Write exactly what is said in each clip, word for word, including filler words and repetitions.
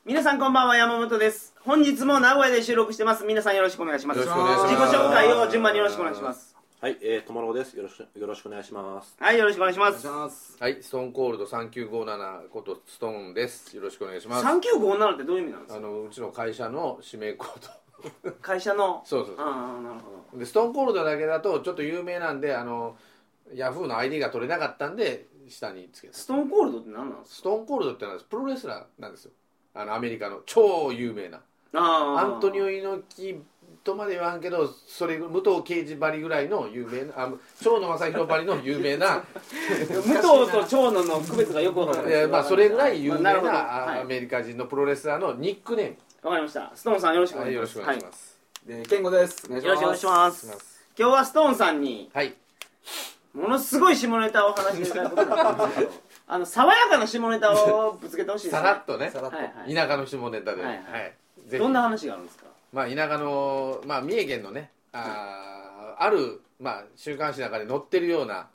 皆さんこんばんは、山本です。本日も名古屋で収録してます。皆さんよろしくお願いします。 よろしくお願いします。 自己紹介を順番によろしくお願いします。 はい、えー、ともろです。よろしくよろしくお願いします。 はい、よろしくお願いします。 はい、ストーンコールドさんきゅうごななことストーンです。よろしくお願いします。 さんきゅうごななってどういう意味なんですか？ あのうちの会社の指名コード。 会社の。 そうそうそう。 ああ、なるほど。 でストーンコールドだけだとちょっと有名なんで、あのヤフーの アイディー が取れなかったんで下につけた。 ストーンコールドって何なんですか？ ストーンコールドってのはプロレスラーなんですよ。あのアメリカの超有名な。 あアントニオ猪木とまで言わんけど、それ武藤敬司ばりぐらいの有名な、あ長野正弘ばりの有名な武藤と長野の区別がよくわからない。 いや、まあそれぐらい有名な、 まあはい、 アメリカ人のプロレスラーのニックネーム。 わかりました。ストーンさんよろしくお願いします。 よろしくお願いします。 はい、で健吾です。お願いします。 よろしくお願いします。今日はストーンさんに、 はい、 ものすごい下ネタを話していただくことになったんですけど、あの爽やかな下ネタをぶつけてほしいですね。 さらっとね、 はいはい、 田舎の下ネタで、 はいはいはい、 どんな話があるんですか？ まあ田舎の、まあ、三重県のね、あ, ある、まあ、週刊誌の中で載ってるような、はい、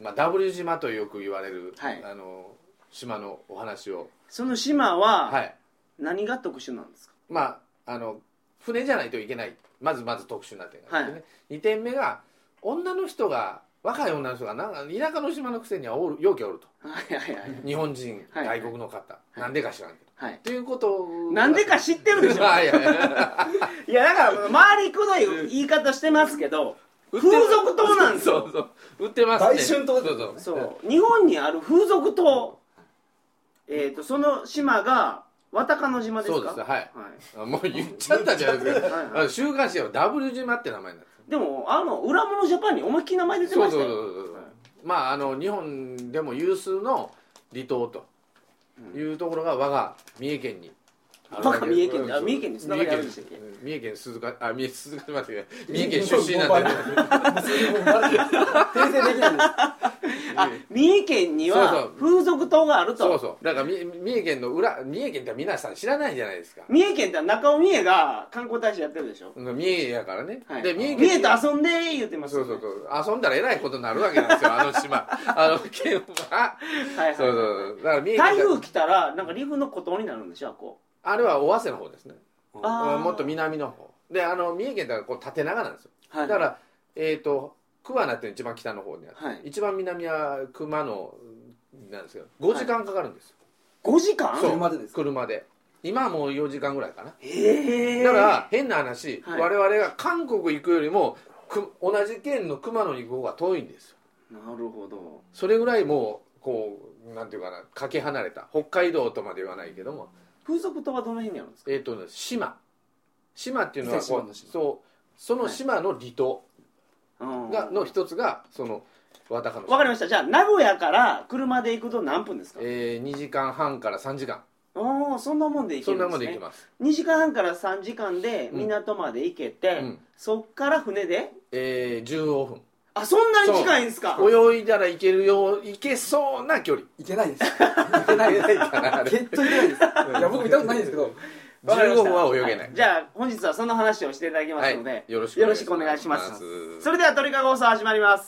まあ、W 島とよく言われる、はい、あの島のお話を。 その島は、 はい、 何が特殊なんですか？ まあ、あの船じゃないといけない、まずまず特殊な点があってね、はい、にてんめが女の人が若い女の人がなんか田舎の島のくせにはおる陽気おると、はいはいはい、日本人、はいはい、外国の方、はい、なんでか知らんけど、はい、ということをなんでか知ってるでしょいやいやいやだから周りくどい言い方してますけど風俗島なんですよ。 そうそう売ってますね。 大春島でそうそうそう日本にある風俗島、えーとその島が渡鹿の島ですか？ そうです、はい、はい、もう言っちゃったじゃないですかはい、はい、週刊誌は W 島って名前なんです。 でもあの裏物ジャパンに思いっきり名前出てましたよ。そうそうそうそう、 はい、まああの日本でも有数の離島というところが我が三重県に、 我が三重県あ三重県につながりあるんでしたっけ？ 三重県鈴鹿あ三重鈴鹿待って三重県出身なんで訂正できないんですあ三重県には風俗島があると。 そうそうだから三重県の裏三重県って皆さん知らないじゃないですか。 三重県って中尾三重が観光大使やってるでしょ。 三重やからね、はい、 で三重県三重と遊んで言ってます、ね、 そうそうそう遊んだらえらいことになるわけなんですよあの島あの県ははいはい、そうそうだから三重県台風来たらなんかリフの孤島になるんでしょ。こうあれは尾鷲の方ですね。もっと南の方で、あの三重県ってこう縦長なんですよ、はい、だからえっ、ー、と桑名って一番北の方にあって、はい、一番南は熊野なんですけどごじかんかかるんですよ、 はい、ごじかん？ そう車でですか？ 車で今はもうよじかんぐらいかな。 へえ。 だから変な話、はい、我々が韓国行くよりもく同じ県の熊野に行く方が遠いんですよ。 なるほど。 それぐらいもうこうなんていうかなかけ離れた北海道とまで言わないけども。 風俗島はどの辺にあるんですか？ えっ、ー、とね島島っていうのはこうそうその島の離島が、はい、の一つがその渡鹿の島。 わかりました。じゃあ名古屋から車で行くと何分ですか？ えー、にじかんはんからさんじかん。 おおそんなもんで行けるんですね。 そんなもんで行けます。 にじかんはんからさんじかんで港まで行けて、うん、そっから船でえー、じゅうごふん。 あそんなに近いんですか？ 泳いだら行けるよう行けそうな距離。 行けないです行けないです決闘行けないですいや僕見たことないんですけどじゅうごふんは泳げない、はい、 じゃあ本日はその話をしていただきますので、はい、よろしくお願いします。 ますそれでは鳥かご放送始まります。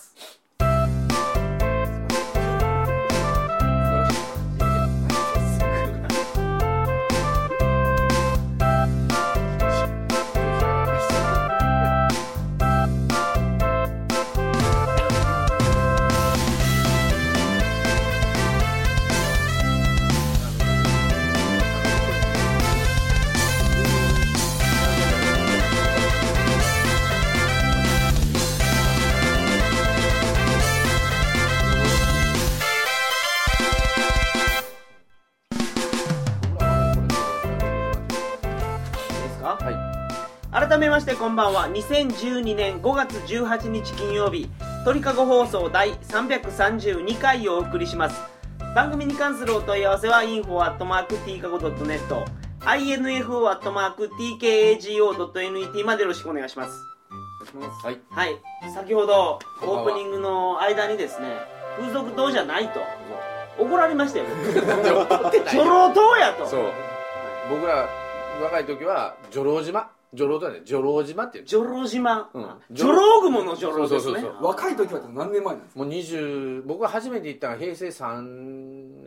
改めましてこんばんは。にせんじゅうにねんごがつじゅうはちにち金曜日、鳥かご放送第さんびゃくさんじゅうにかいをお送りします。番組に関するお問い合わせは インフォ アットマーク ティーカゴ ドットネット インフォ アットマーク ティーケーエージーオー ドットネット までよろしくお願いします。はい、はい、先ほどオープニングの間にですね、風俗島じゃないと怒られましたよ女郎島やと。 そう、はい、僕ら若い時は女郎島女郎とはね、女郎島っていう女郎島、うん、女郎雲の女郎ですね。そうそうそうそう。 若い時は何年前なんですか？ もうにじゅう僕が初めて行ったのは平成さんねん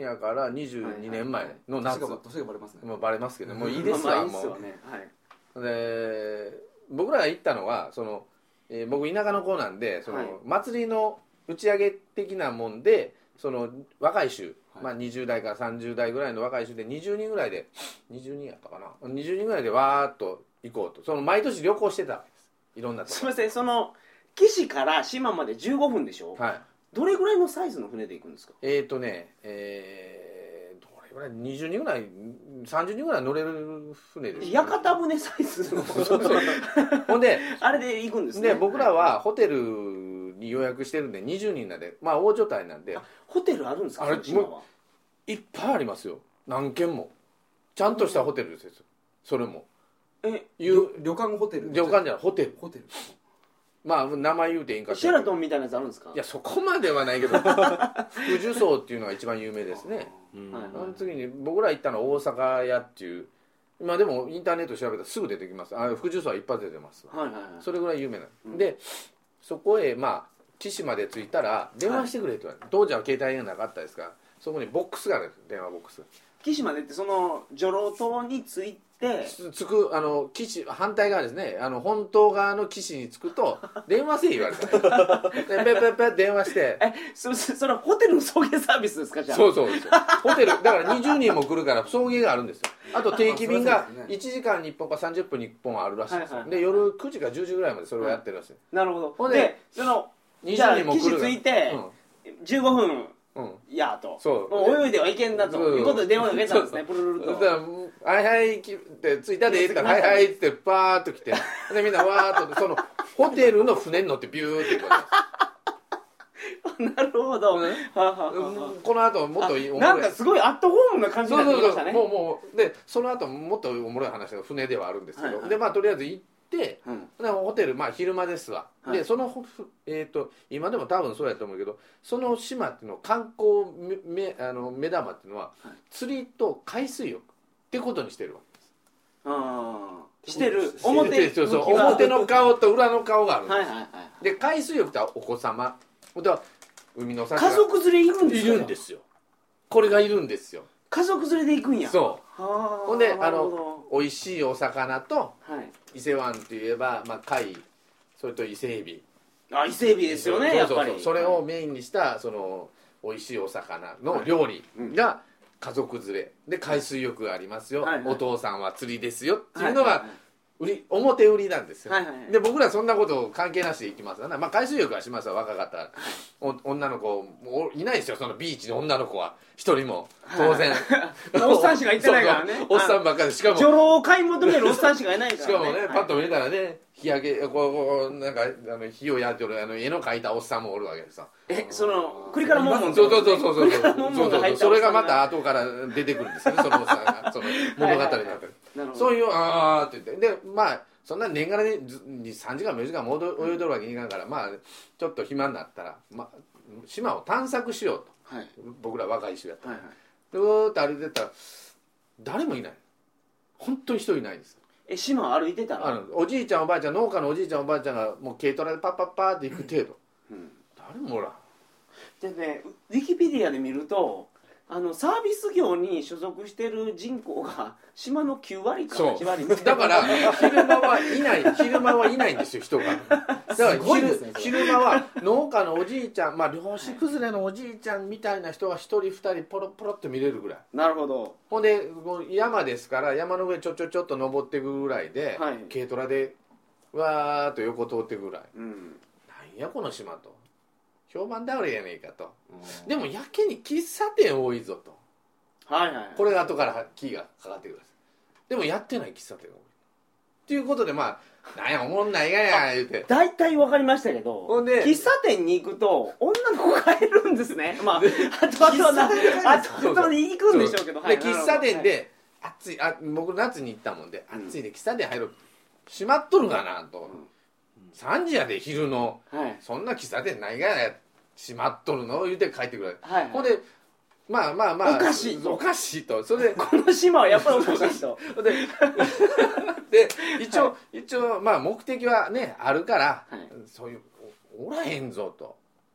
やからにじゅうにねんまえの夏、 年が年がバレますね。 もうバレますけど、もういいですわ、もう。で僕らが行ったのはその、えー、僕田舎の子なんでその、はい、祭りの打ち上げ的なもんでその若い衆、はい、まあ、にじゅう代からさんじゅう代ぐらいの若い衆でにじゅうにんぐらいでにじゅうにんやったかなにじゅうにんぐらいでわーっと行こうとその毎年旅行してたわけです。いろんなとこ。 すみません、その岸から島までじゅうごふんでしょ。はい。どれぐらいのサイズの船で行くんですか。 えっ、ー、とねえーにじゅうにんぐらいさんじゅうにんぐらい乗れる船です、ね、 屋形船サイズのそうそうほんであれで行くんですね。 で僕らはホテルに予約してるんでにじゅうにんなんでまあ大所帯なんで。 ホテルあるんですか。 あれもいっぱいありますよ。何軒もちゃんとしたホテルですよ。それもえいう旅館ホテル旅館じゃないホテルホテルまあ名前言うていいんかシェラトンみたいなやつあるんですか。 いやそこまではないけど福寿荘っていうのが一番有名ですね。うん、その次に僕ら行ったのは大阪屋っていうまあでもインターネット調べたらすぐ出てきます。あ福寿荘は一発で出ます、はいはいはい、それぐらい有名な、うん、でそこへまあ岸まで着いたら電話してくれと言われて、はい、当時は携帯がなかったですからそこにボックスがあるんです。電話ボックス岸までってその女郎島に着いてつくあの岸反対側ですね。あの本島側の岸に着くと電話せえ言われたでペペペ電話してえ そ, それはホテルの送迎サービスですか。じゃあそうそうですよホテルだからにじゅうにんも来るから送迎があるんですよ。あと定期便がいちじかんにいっぽんかさんじゅっぷんにいっぽんあるらしいですよ、はいはい、で夜くじかじゅうじぐらいまでそれをやってるらしい、はい、 なるほど。ほんでそのにじゅうにんも来る岸着いて、うん、じゅうごふんうん、いやとそうもう泳いではいけんだということで電話が出たんですね。プルルルと 「はいはい」って着いたでとか「はいはい」ってパーッと来てでみんなわーっとそのホテルの船に乗ってビューって行くわけです。なるほど、ね、はははこの後もっといいなんかすごいアットホームな感じになってきましたね。 そうそうそうもうもうでその後もっとおもろい話が船ではあるんですけど、はいはい、でまあとりあえず行ってで、うん、でホテルまあ昼間ですわ、はい、でその、えー、と今でも多分そうやと思うけどその島っていうの観光めあの目玉っていうのは、はい、釣りと海水浴ってことにしてるわけです。 ああしてる表そうそう表の顔と裏の顔があるんです、はいはいはい、で海水浴ってお子様で海の幸家族連れいるんですよ。いるんですよ。これがいるんですよ。 家族連れで行くんや。 そうほんであの美味しいお魚と、はい、伊勢湾といえば、まあ、貝それと伊勢海老あ伊勢海老ですよね。やっぱりそれをメインにしたその美味しいお魚の料理が家族連れで海水浴がありますよ、はいはい、お父さんは釣りですよっていうのが売り表売りなんですよ、はいはいはい、で僕らそんなこと関係なしで行きますから、まあ、海水浴はしますよ若かったら、はい、女の子いないですよそのビーチに女の子は一人も当然、 はいはい、おっさんしかいてないからね。 そうそうおっさんばっかりしかも女郎を買い求めるおっさんしかいないからね。 しかもね、はい、パッと見たらね日焼けこうこうなんかあの火をやってるあの絵の描いたおっさんもおるわけですよ。 えその栗からもんもんそうそうそうそうそうそうそれがまた後から出てくるんですよねそのおっさんがその物語になってる、はいはいはい、そういうあーって言ってでまあそんな年がらにさんじかんもよじかんも泳いどるわけにいかんから、まあちょっと暇になったら、まあ、島を探索しようと、はい、僕ら若い人やったら、はいはい、でうーっと歩いてったら誰もいない。本当に人いないです。 え島歩いてたらあのおじいちゃんおばあちゃん農家のおじいちゃんおばあちゃんがもう軽トラでパッパッパーって行く程度、うん、誰もおらん。 でねウィキペディアで見るとあのサービス業に所属してる人口が島のきゅうわりかはちわりみたいな。 だから昼間はいない昼間はいないんですよ人が。だから昼、ね、昼間は農家のおじいちゃんまあ漁師崩れのおじいちゃんみたいな人が一人二人ポロポロっと見れるぐらい。 なるほど。 ほんで山ですから山の上ちょちょちょっと登っていくぐらいで、はい、軽トラでわーっと横通っていくぐらい、うん、なんやこの島と評判倒れやねえかと。でもやけに喫茶店多いぞと、はいはいはい、これが後からキーがかかってくるんです。でもやってない喫茶店が多いっていうことでまあなんやおもんないがや言うて大体分かりましたけどほんで喫茶店に行くと女の子がいるんですね。まああと々なあと々に行くんでしょうけど、 で喫茶店で暑いあ僕夏に行ったもんで暑いで喫茶店入る閉まっとるがなと、うん、さんじやで昼の、はい、そんな喫茶店ないがや閉まっとるの言うて帰ってくる、はいはい、ほんでまあまあまあおかしいおかしいとそれでこの島はやっぱりおかしいとでで一応、はい、一応まあ目的はねあるから、はい、そういうおらへんぞと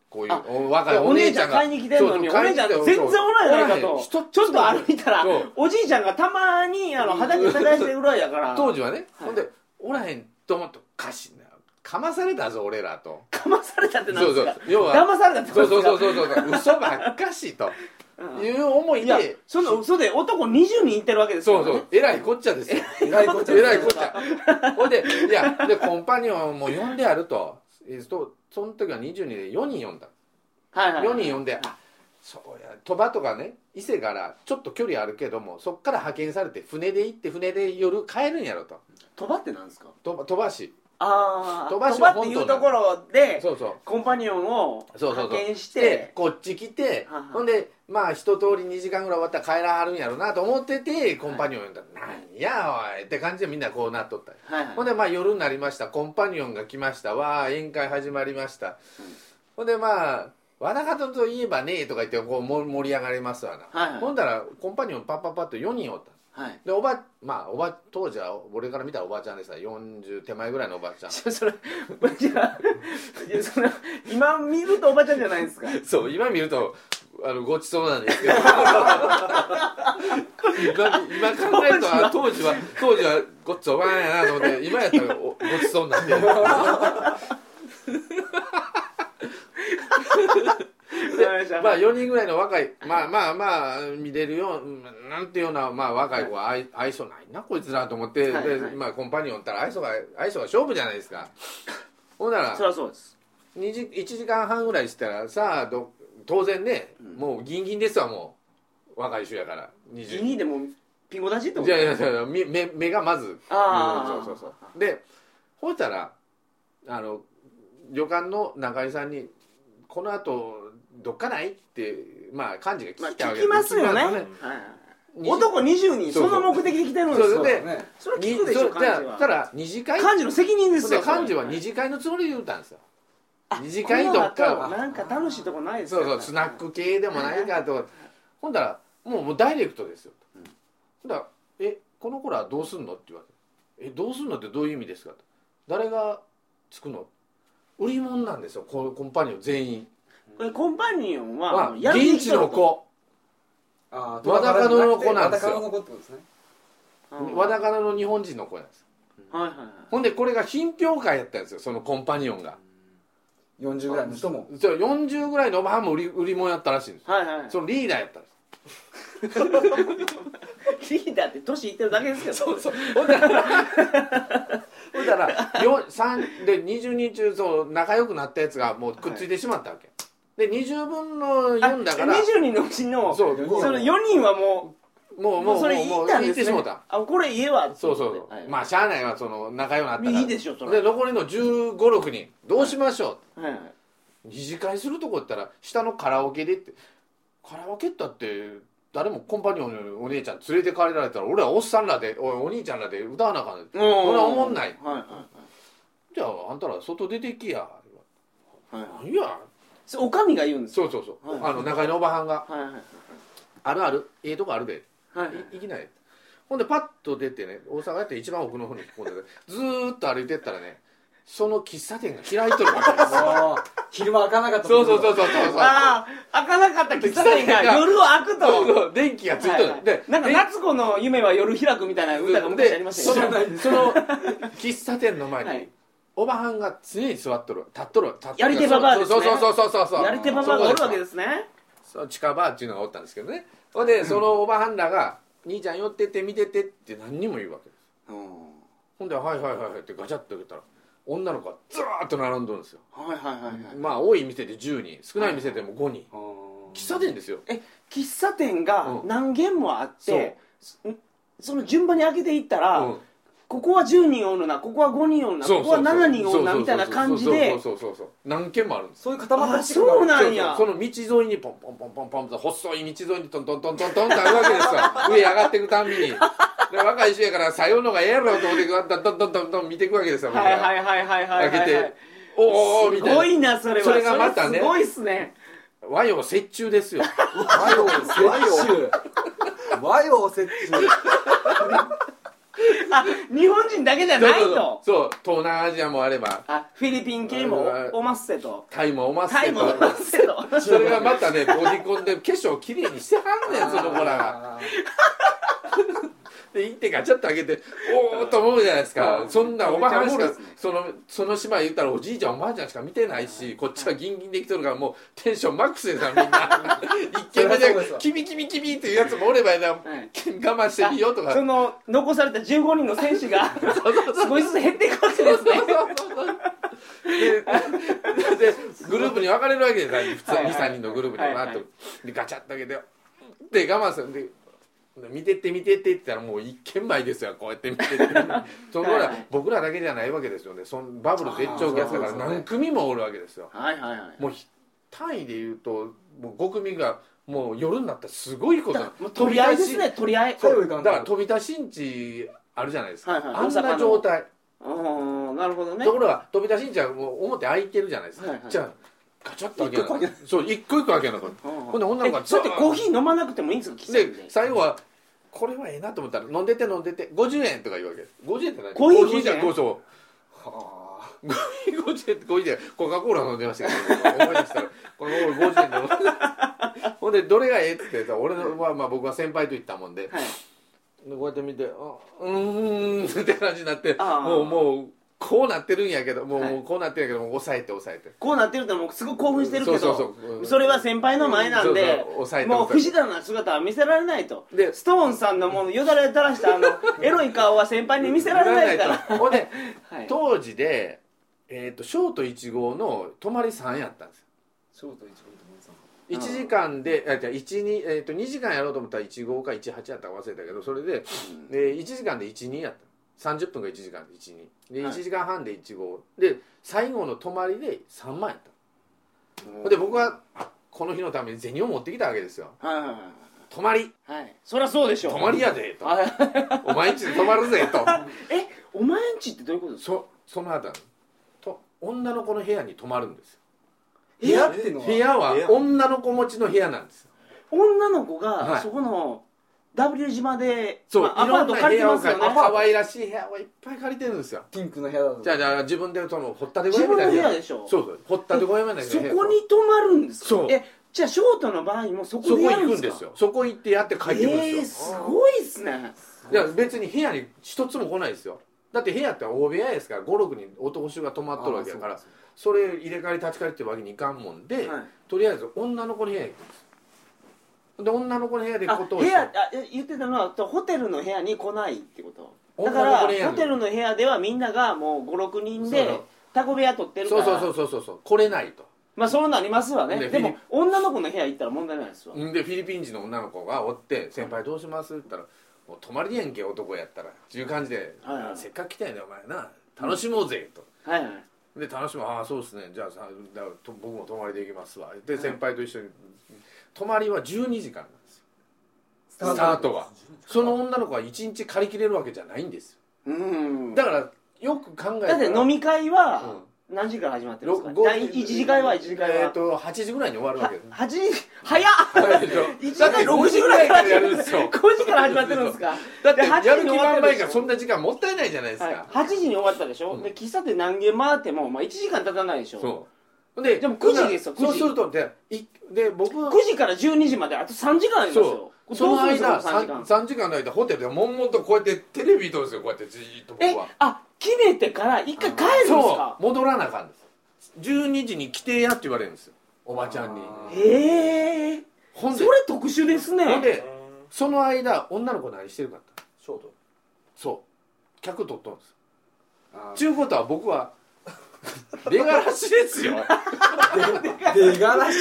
こういう若いおお姉ち姉ちゃんがゃん買いに来てるのにお姉ちゃん全然おらへんかとちょっと歩いたらおじいちゃんがたまにあの畑耕してるぐらいやから当時はね、ほんでおらへんと思ってかしなかまされたぞ俺らとかまされたってなんですかそうそう要は騙されたってことそうですかそうそうそう嘘ばっかしという思いいやでその嘘で男にじゅうにんいってるわけですからねそうそうえらいこっちゃですよえらいこっちゃえらいこっちゃほんでいやでコンパニオンも呼んであるとえーとその時はにじゅうにんでよにん呼んだはいはいよにん呼んであそうや鳥羽とかね伊勢からちょっと距離あるけどもそっから派遣されて船で行って船で夜帰るんやろと鳥羽ってなんですか鳥羽鳥羽市ああ鳥羽市鳥羽っていうところでそうそうコンパニオンをそうそうそう派遣しでてこっち来てははほんでまあ一通りにじかんぐらい終わったら帰らはるんやろなと思っててコンパニオン呼んだら「なんやおい」って感じでみんなこうなっとったはいはいほんでまあ夜になりましたコンパニオンが来ましたわあ宴会始まりました、うん、ほんでまあ和田方といえばねとか言ってこう盛り上がりますわな、 はいはい、 ほんだらコンパニオンパッパッパッとよにんおった、はい、でおばまあおば当時は俺から見たらおばちゃんでさよんじゅう手前ぐらいのおばちゃんそれじゃあそれ今見るとおばちゃんじゃないですかそう今見るとあのごちそうなんですけど今, 今考えると当時は当時はごっつおばんやなと思って今やったらごちそうになってるでまあよにんぐらいの若いまあまあまあ見れるようなんていうような、まあ、若い子は愛愛想ないなこいつらと思って、はいはい、でまあ、コンパニオンったら愛想が愛想が勝負じゃないですかほんならそりゃそうですにじいちじかんはんぐらいしたらさあど当然ね、うん、もうギンギンですわもう若い人やからギンギンでもピンコ立ちってこといやいやいや目目がまずあそうそうそうでほしたらあの旅館の中井さんにこの後どっかないってまあ幹事が聞いたわけです、まあ、聞きますよね、はいはい、男にじゅうにんその目的で来てるんですよでそれ聞くでしょ幹事はだから二次会幹事の責任ですよ幹事は二次会のつもりで言ったんですよ二次会とかなんか楽しいとこないですかそうそうスナック系でもないかとほんだらもうもうダイレクトですよ、うん、ほんだらえこの子らどうすんのって言われてえどうすんのってどういう意味ですかと誰がつくの売り物なんですよコンパニオン全員これコンパニオンは、 まあ、現地の子あ和田カノの子なんですよ和田カノの子ってことですね和田カノの日本人の子なんです、 うん、はいはいはい、 ほんでこれが品評会やったんですよそのコンパニオンがよんじゅうぐらいの人もそうよんじゅうぐらいのおばはんも売り売り物やったらしいんです、 はいはい、 そのリーダーやったんですリーダーって年いってるだけですけどそうそうほんだらほんだらよさんでにじゅうにん中そう仲良くなったやつがもうくっついてしまったわけ、はい、でにじゅうぶんのよんだからにじゅうにんのうちのそうそのよにんはもうもうもうそれ言ったんですね。 言ってしもうた。 あこれ家はそうそうそう、はい、まあしゃあないわその仲良くなったらいいでしょそれで残りのじゅうご、ろくにんどうしましょう、 はいはい、 二次会するとこ行ったら下のカラオケでってカラオケったって誰もコンパニオンのお姉ちゃん連れて帰られたら俺はおっさんらでおいお兄ちゃんらで歌わなあかんねん俺は思んない、 はいはいはい、 じゃああんたら外出てきや、 はいはい、 いやそれおかみが言うんですそうそうそう、はいはい、あの中井のおばはんが、 はいはいはい、 あるあるええとこあるで、 はいはい、 い, いきないほんでパッと出てね大阪やって一番奥の方に聞こえてずーっと歩いてったらねその喫茶店が開いとるわけですよ昼間開かなかったそうそうそうそうそうああ開かなかった喫茶店が夜を開くとそうそう電気がついとる、はいはい、でなんか夏子の夢は夜開くみたいな歌が昔ありましたよねその喫茶店の前に、はい、おばはんが常に座っとる立っとる立っとるやり手ババアですねそうそうそうそうそうやり手ババアがおるわけですねそう地下バーっていうのがおったんですけどねほんでそのおばはんらが兄ちゃん寄ってって見ててって何にも言うわけです、うん、ほんではいはいはいはいってガチャッと開けたら女の子がずーっと並んどるんですよはいはいはい、はい、 まあ多い店でじゅうにん少ない店でもごにん、はい、喫茶店ですよえ喫茶店が何軒もあって、うん、その順番に開けていったら、うん、ここはじゅうにんおるなここはごにんおるなここはななにんおるなみたいな感じでそうそうそうそう何軒もあるんですそういう固まったそうなんやその道沿いにポンポンポンポンポンと細い道沿いにトントントントントンってあるわけですよ上上がっていくたんびにで若い人やからさようのがええやろと思ってトントントントントン見ていくわけですよはいはいはいはいはい開けておおみたいなすごいなそれはそれがまたねすごいっすね和洋折衷ですよ和洋折衷和洋折衷あ、日本人だけじゃないと。 そう東南アジアもあれば、 あ、フィリピン系もおまっせと、 タイもおまっせと、 タイもおまっせとそれがまたねボディコンで化粧きれいにしてはんねんその子らがで行ってガチャッと開けておーっと思うじゃないですか。そんなおばはんしかそのその島言ったらおじいちゃんおばあちゃんしか見てないし、こっちはギンギンできとるからもうテンションマックスでさみんな一軒目でキビキビキビっていうやつもおればいな、我慢してみようとか、 その残されたじゅうごにんの選手が少しずつ減っていくわけですね。 でグループに分かれるわけですよ。普通にさんにんのグループにバーッとでガチャッと開けてで我慢するんで見てって見てってって言ったらもう一軒前ですよ。こうやって見てってそこら僕らだけじゃないわけですよね。そのバブル絶頂期やったから何組もおるわけですよ。 はいはいはい。 もう単位でいうともうご組がもう夜になったらすごいこともう取り合いですね。取り合い。 そうだから飛び出しんちあるじゃないですか、はいはい、あんな状態。 ああなるほどね。 ところが飛び出しんちはもう表開いてるじゃないですか、はいはい、じゃあガチャッと開けなかったそう一個一個開けなかったほんで女の子がだってコーヒー飲まなくてもいいんですか。 で最後はこれはええなと思ったら飲んでて飲んでてごじゅうえんとか言うわけです。ごじゅうえんって何？ コーヒーじゃん。 そうそうはあごじゅうえんってごじゅうえんコカ・コーラ飲んでましたけど思い出したらこのごじゅうえんでほんでどれがええって言って俺はまあ僕は先輩と言ったもんで、はい、でこうやって見てあうーんって感じになってもうもうこうなってるんやけどもう、はい、もうこうなってるんやけどもう抑えて抑えてこうなってるってもうすごく興奮してるけどそうそうそうそれは先輩の前なんでもう不自然な姿は見せられないとでストーンさんのもうよだれ垂らしたあのエロい顔は先輩に見せられないからほんで、はい、当時で、えー、とショートいち号の泊まりさんやったんですよ。 ショートいち号いちじかんであじゃあいちに、えー、とにじかんやろうと思ったらいち号かいちはちやったか忘れたけどそれで、うん、でいちじかんでいちにやったさんじゅっぷんがいちじかんでいちにで、はい、いちじかんはんでいち号で最後の泊まりでさんまんやったで僕はこの日のために銭を持ってきたわけですよ、はいはいはい、泊まり、 はい、そりゃそうでしょ泊まりやでとお前んちで泊まるぜとえお前んちってどういうことですか。 そその後と女の子の部屋に泊まるんですよ。 部屋ってのは部屋は女の子持ちの部屋なんですよ。 女の子が、はい、そこの W 島でそう、まあ、アパート借りてますよね。 可愛らしい部屋をいっぱい借りてるんですよ。 ピンクの部屋だとじゃあじゃあ自分でその掘ったて小屋みたいな自分の部屋でしょ。 そうそう掘ったて小屋みたいな部屋そこに泊まるんですか。 そうえじゃあショートの場合もそこでやるんですか。そこ行くんですよ。 そこ行ってやって帰ってくるんですよ。 えー、すごいっすね。 いや別に部屋に一つも来ないですよ。だって部屋って大部屋ですからごろくにん男衆が泊まっとるわけだから そ, それ入れ替わり立ち替わりってわけにいかんもんで、はい、とりあえず女の子の部屋に行くんです。で女の子の部屋でことをして部屋あ言ってたのはホテルの部屋に来ないってことだからホテルの部屋ではみんながもうごろくにんでタコ部屋取ってるからそうそうそうそうそう来れないと。 まあそうなりますわね。で, でも女の子の部屋行ったら問題ないですわ。 でフィリピン人の女の子がおって先輩どうしますって言ったらもう泊まりやんけ男やったらっていう感じで、はいはい、せっかく来たんやでお前な楽しもうぜと、うん、はいはいで楽しもうああそうですねじゃあさだと僕も泊まりで行きますわで先輩と一緒に泊まりはじゅうにじかんなんですよスタート、スタートはその女の子はいちにち借り切れるわけじゃないんですよ。うんだからよく考えたらだって飲み会は、うん何時から始まってるんですか。第一次会はいちじかんはえっとはちじぐらいに終わるわけです。 はちじ早っ。いちじかんろくじぐらいからやるんですよ。ごじから始まってるんですか。 だってやる気満々がそんな時間もったいないじゃないですか。 はちじに終わったでしょ。で喫茶店何軒回ってもまあいちじかん経たないでしょ。そうででもくじですよ。 そうするとでで僕くじからじゅうにじまであとさんじかんありますよ。 その間さんじかんの間ホテルで悶々とこうやってテレビ見とるんですよ。こうやってじーっと僕は。 あ決めてから一回帰るんですか。 戻らなあかんです。じゅうにじに来てやって言われるんですよおばちゃんに。 へえそれ特殊ですね。 ほんでその間女の子何してるかってショートそう客取っとるんですちゅうことは僕は出がらしですよ出がらし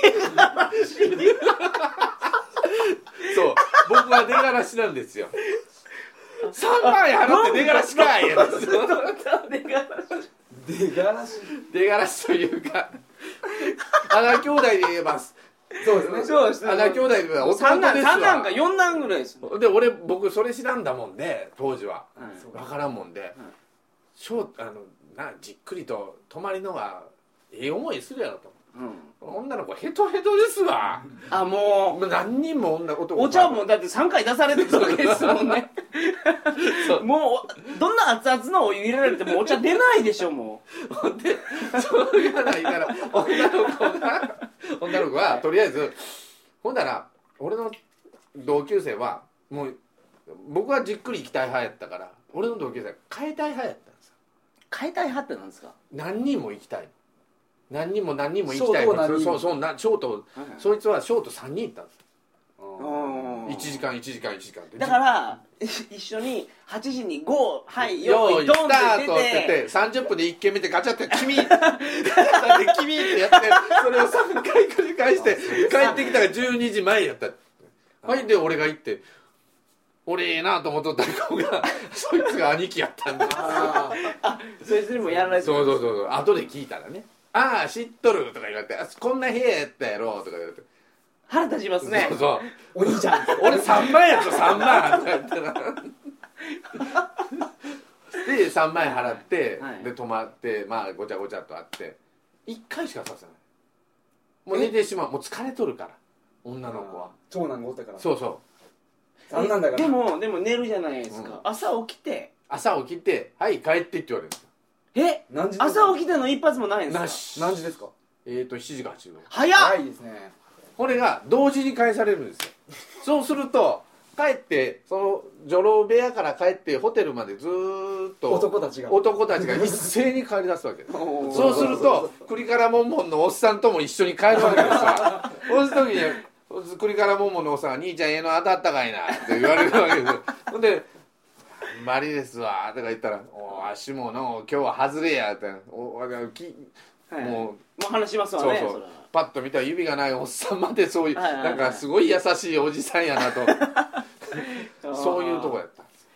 そう僕は出がらしなんですよさんまん円払って出がらしかいやですよ出がらし出がらし出がらしというか穴兄弟で言えばそうですねそうですね穴兄弟で言えば弟ですわさんなんかよんなんぐらいですで俺僕それ知らんだもんで当時は、はい、分からんもんで、はい、しょうあのなじっくりと泊まりのがええ思いするやろと、うん、女の子ヘトヘトですわあもう何人も女男お茶もだってさんかい出されてるわけですもんねもうどんな熱々のお湯入れられてもお茶出ないでしょもうほんでそういうのないから女の子が女の子はとりあえずほんだら俺の同級生はもう僕はじっくり行きたい派やったから俺の同級生は変えたい派やったんですよ。 変えたい派ってなんですか？ 何人も行きたい何人も何人も行きたいのそうそうなショート、はいはい、そいつはショートさんにん行ったんですよ。いちじかんいちじかんいちじかんってだから一緒にはちじにゴーはい用意ドンって出てって言ってさんじゅっぷんでいっけんめでガチャって「君」ガチャって「君」ってやってそれをさんかい繰り返して帰ってきたらじゅうにじまえやった。はいで俺が行って俺ええなと思っとった子がそいつが兄貴やったんだ。 ああそいつにもやらないと。 そうそうそうそう後で聞いたらね「ああ知っとる」とか言われて「こんな部屋やったやろ」とか言われて腹立ちますね。 そうそうお兄ちゃん俺さんまんやとさんまんって言ったらでさんまんえん払って、はい、で泊まってまあごちゃごちゃとあっていっかいしかさせない。もう寝てしまうもう疲れとるから女の子は長男がおったからそうそう残念だからでもでも寝るじゃないですか、うん、朝起きて朝起きてはい帰ってって言われるんですよ。 え何時朝起きての一発もないんですか？ なし何時ですか？ えっとしちじかはちじ早っ早いですね。 これが同時に返されるんですよ。そうすると帰ってその女郎部屋から帰ってホテルまでずーっと男たちが男たちが一斉に帰り出すわけですそうすると栗からもんもんのおっさんとも一緒に帰るわけですわそうする時に栗からもんもんのおっさんが「兄ちゃんええの当たったかいな」って言われるわけですよ。ほんで「マリですわ」とか言ったら「お足もの今日は外れや」っておきもうもう話しますわね。 そうそうパッと見たら指がないおっさんまでそういう、はいはいはい、なんかすごい優しいおじさんやなとそういうとこやったんです。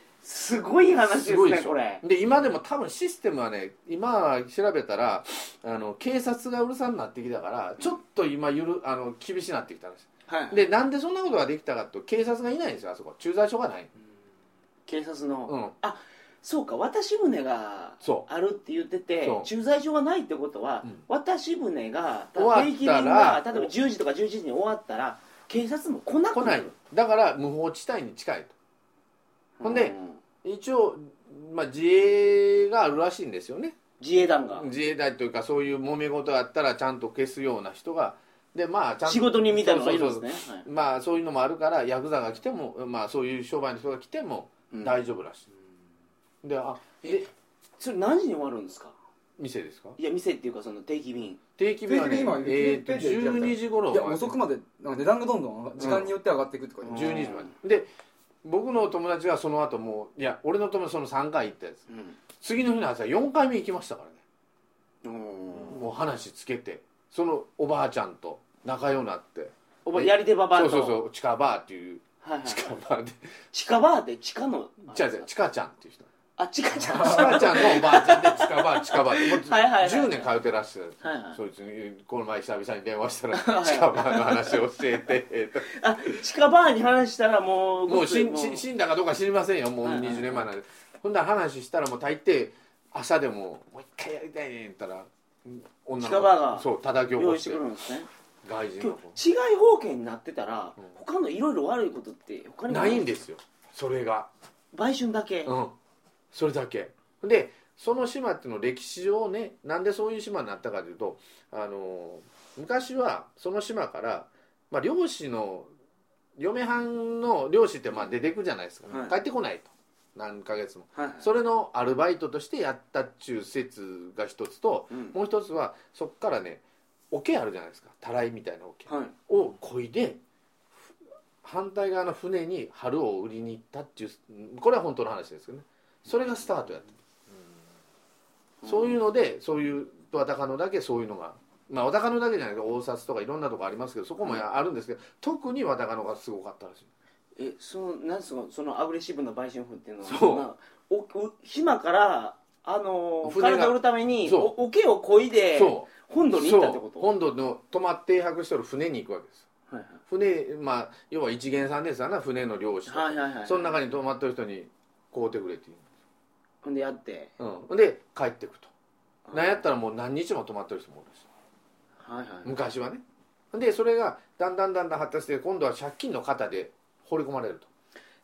すごい話ですねこれ。 で今でも多分システムはね今調べたらあの警察がうるさになってきたからちょっと今ゆるあの厳しくなってきたんです、はいはい、でなんでそんなことができたかと警察がいないんですよあそこ駐在所がない、うん、 警察の、 うん、 あそうか渡し船があるって言ってて駐在所がないってことは、うん、渡し船が定期便が例えばじゅうじとかじゅういちじに終わったら警察も来なくなる。 だから無法地帯に近いと。ほんで、うん、一応、まあ、自衛があるらしいんですよね。 自衛団が自衛隊というかそういう揉め事があったらちゃんと消すような人がでまあちゃんと仕事人みたいなのがいるんですね。 そうそうそう、はい、まあそういうのもあるからヤクザが来てもまあそういう商売の人が来ても大丈夫らしい、うん、であえそれ何時に終わるんですか？ 店ですか？ いや店っていうかその定期便定期便はねえーとじゅうにじ頃いや遅くまでなんか値段がどんどん時間によって上がっていくってこと、 うん、じゅうにじまでで僕の友達はその後もういや俺の友達そのさんかい行ったやつ、うん、次の日の朝よんかいめ行きましたからね。うんもう話つけてそのおばあちゃんと仲良くなっておばやり手ばばあとそうそうそう地下バーっていう、はいはい、地下バーで地下バーって地下の違う違う地下ちゃんっていう人あ、ちかちゃんちかちゃんのおばあちゃんで近場近場でもうはいはいはい、 じゅうねん通ってらっしゃる、はいはい、そいつにこの前久々に電話したら近場の話を教えてあ、近場に話したらもうもう死ん死んだかどうか知りませんよもうにじゅうねんまえなんで、はいはい、ほんなら話したらもう大抵朝でももう一回やりたいねんって言ったら女の子がそう叩き起こして用意してくるんですね。 外人の子治外法権になってたら、うん、他のいろいろ悪いことって他にないんですよそれが売春だけうんそれだけでその島っていうの歴史上ねなんでそういう島になったかというとあの昔はその島から、まあ、漁師の嫁はんの漁師ってまあ出てくじゃないですか、はい、帰ってこないと何ヶ月も、はいはい、それのアルバイトとしてやったっちゅう説が一つと、うん、もう一つはそっからね桶あるじゃないですかたらいみたいな桶、はい、を漕いで反対側の船に春を売りに行ったっていうこれは本当の話ですけどねそれがスタートやった、うん、そういうのでそういう和高野だけそういうのがまあ和高野だけじゃないけど大札とかいろんなとこありますけどそこもあるんですけど、うん、特に和高野がすごかったらしい。 えそのなんすかそのアグレッシブな売春婦っていうのはそう、まあ、おお島からあの体を売るためにお桶を漕いで本土に行ったってこと？ 本土の泊まって停泊してる船に行くわけです、はいはい、船まあ要は一元さんですわな船の漁師と、はいはいはいはい、その中に泊まってる人に買うてくれって言うほんでやって、 うん、で帰ってくとなんやったらもう何日も泊まってる人もおるし、はいはい、昔はねでそれがだんだんだんだん発達して今度は借金の肩で放り込まれると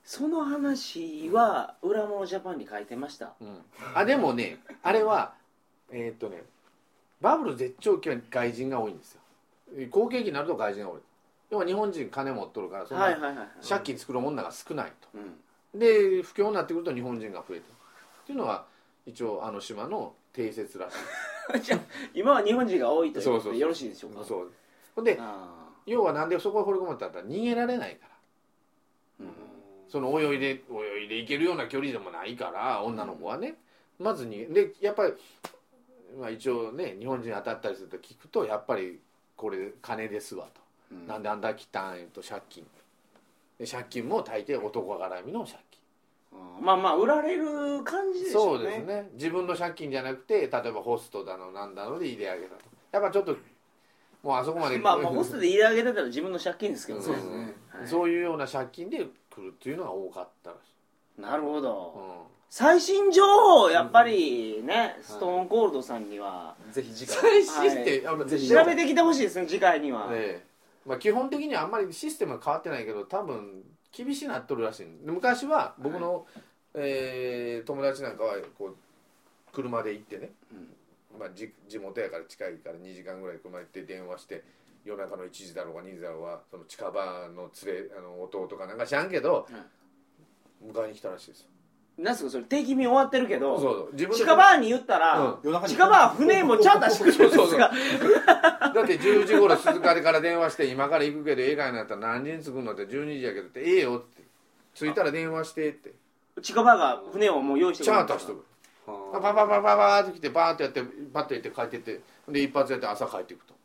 その話は裏物ジャパンに書いてました、 うん、あでもねあれはえー、っとねバブル絶頂期は外人が多いんですよ。好景気になると外人が多い。要は日本人金持っとるからそんな借金作る女が少ないと、うん、で不況になってくると日本人が増えてるっていうのが一応あの島の定説らしいじゃあ今は日本人が多いということでよろしいでしょうか。 そうそうで要はなんでそこに掘り込まれたら逃げられないから、うん、その泳いで泳いでいけるような距離でもないから女の子はね、うん、まずにでやっぱり、まあ、一応ね日本人当たったりすると聞くとやっぱりこれ金ですわと、うん、なんであんだ来たんと借金で借金も大抵男絡みの借金、 うん、まあまあ売られる感じでしょうね。 そうですね。自分の借金じゃなくて例えばホストだのなんだので入れ上げたとやっぱちょっともうあそこまでまあまあホストで入れ上げてたら自分の借金ですけどね、 そうですね、はい、そういうような借金で来るっていうのが多かったらしい。 なるほど、うん、最新情報やっぱりね、うん、ストーンコールドさんには、はい、 ぜひ次回最新って、 はい、ぜひ調べてきてほしいですね次回には、ねまあ、基本的にはあんまりシステムは変わってないけど多分厳しいなっとるらしい。昔は僕の、はいえー、友達なんかはこう車で行ってね、うんまあ、地, 地元やから近いからにじかんぐらい車で行って電話して夜中のいちじだろうがにじだろうがその近場の連れあの弟かなんか知らんけど、うん、迎えに来たらしいですよ。 なんすかそれ定期便終わってるけどそうそう自分近場に言ったら、うん、近場船もちゃんとしてくるんですかだってじゅうじ頃鈴鹿から電話して今から行くけど映画になったら何時に着くのってじゅうにじやけどってええよって着いたら電話してって近場が船をもう用意してくれるチャーターしとるパパパパパパーって来てバーってやってバッとやって帰ってってで一発やって朝帰っていくと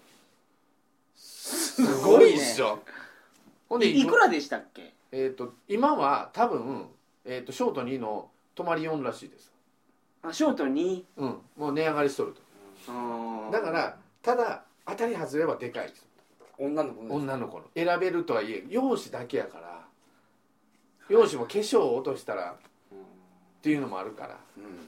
すごいっしょ、ね、 ほんで い, いくらでしたっけ。 えー、と今は多分、えー、とショートにの泊まりよんらしいです。 あショートにうんもう値上がりしとると。あだからただ当たり外れはでかいです。 女の子の女の子の選べるとはいえ容姿だけやから容姿も化粧を落としたらっていうのもあるから、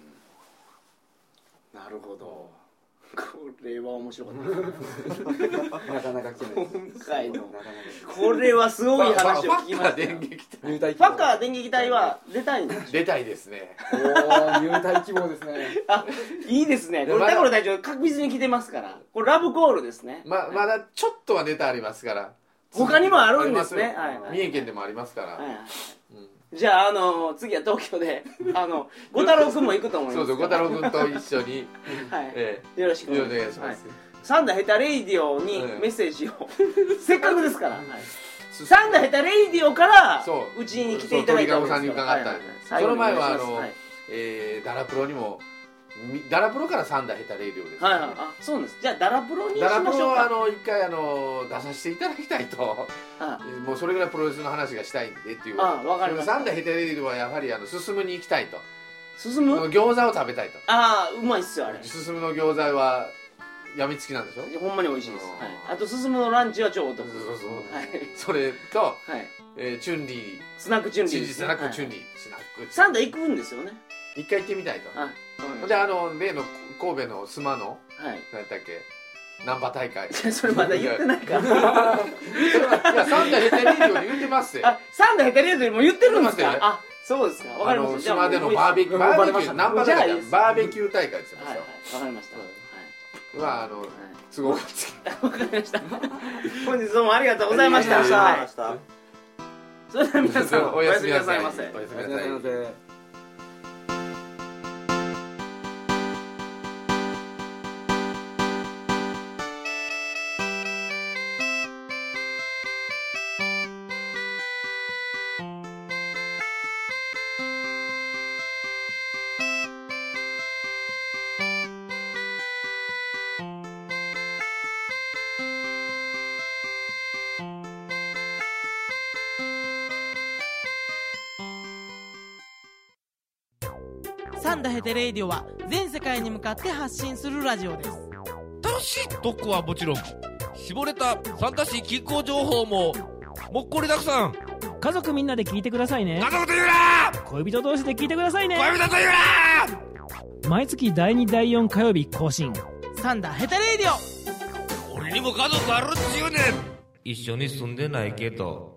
うん、なるほどこれは面白かったなかなか来ない今回のこれはすごい話を聞きました。 電撃隊ファッカー電撃隊は出たいんです出たいですね。 おー入隊希望ですねあいいですね。これダコロ隊長確実に来てますからこれラブコールですね。 ま, まだちょっとはネタありますから他にもあるんですね。 はいはい、三重県でもありますから、はいはいうん、じゃあ、あの次は東京であの五太郎くんも行くと思います。 そうそう五太郎くんと一緒に、 はいえー、よろしくお願いします、 はい、 サンダーヘタレイディオにメッセージを、うん、せっかくですから、はい、サンダーヘタレイディオからうちに来ていただいたんですよ。 鳥籠さんに伺ったんで、はいはい、その前はあの、はいえー、ダラプロにもダラプロからサンダーヘタレイディオです、ね、 はいはい、あそうです。じゃあダラプロにしましょうか。 ダラプロはあの一回あの出させていただきたいとああもうそれぐらいプロレスの話がしたいんでっていう。 ああ分かりました。 サンダーヘタレイディオはやはりあの進むに行きたいと。 進む餃子を食べたいと。 ああうまいっすよあれ。 進むの餃子はやみつきなんでしょ。 ほんまに美味しいです、はい、あと進むのランチは超お得。 そうそうそう、 はい、 それと、 はいえー、チュンリースナックチュンリー、 ね、スナックチュンリー、はい、スナックサンダー行くんですよね。 一回行ってみたいと。 あであの例の神戸のスマの、 はい、 何だっけナンパ大会それまだ言ってないからいやサンダーヘタレイディオで言ってますよ。 あサンダーヘタレイディオでも言ってるんですか。あそうですか分かりました。 島でのバーベキューバーベキューナンパ大会バーベキュー大会ですよ。 はい分かりました。 まああの都合がつき分かりました。本日どうもありがとうございました。それでは皆さんおやすみなさいませ。 おやすみなさいませ。 サンダヘテレイディオは全世界に向かって発信するラジオです。 楽しい特攻はもちろん絞れた参加し気候情報ももっこりたくさん。 家族みんなで聞いてくださいね。 家族と言うな。 恋人同士で聞いてくださいね。 恋人と言うな。毎月だいにだいよん火曜日更新サンダヘテレイディオ。 俺にも家族あるっちゅうねん。一緒に住んでないけど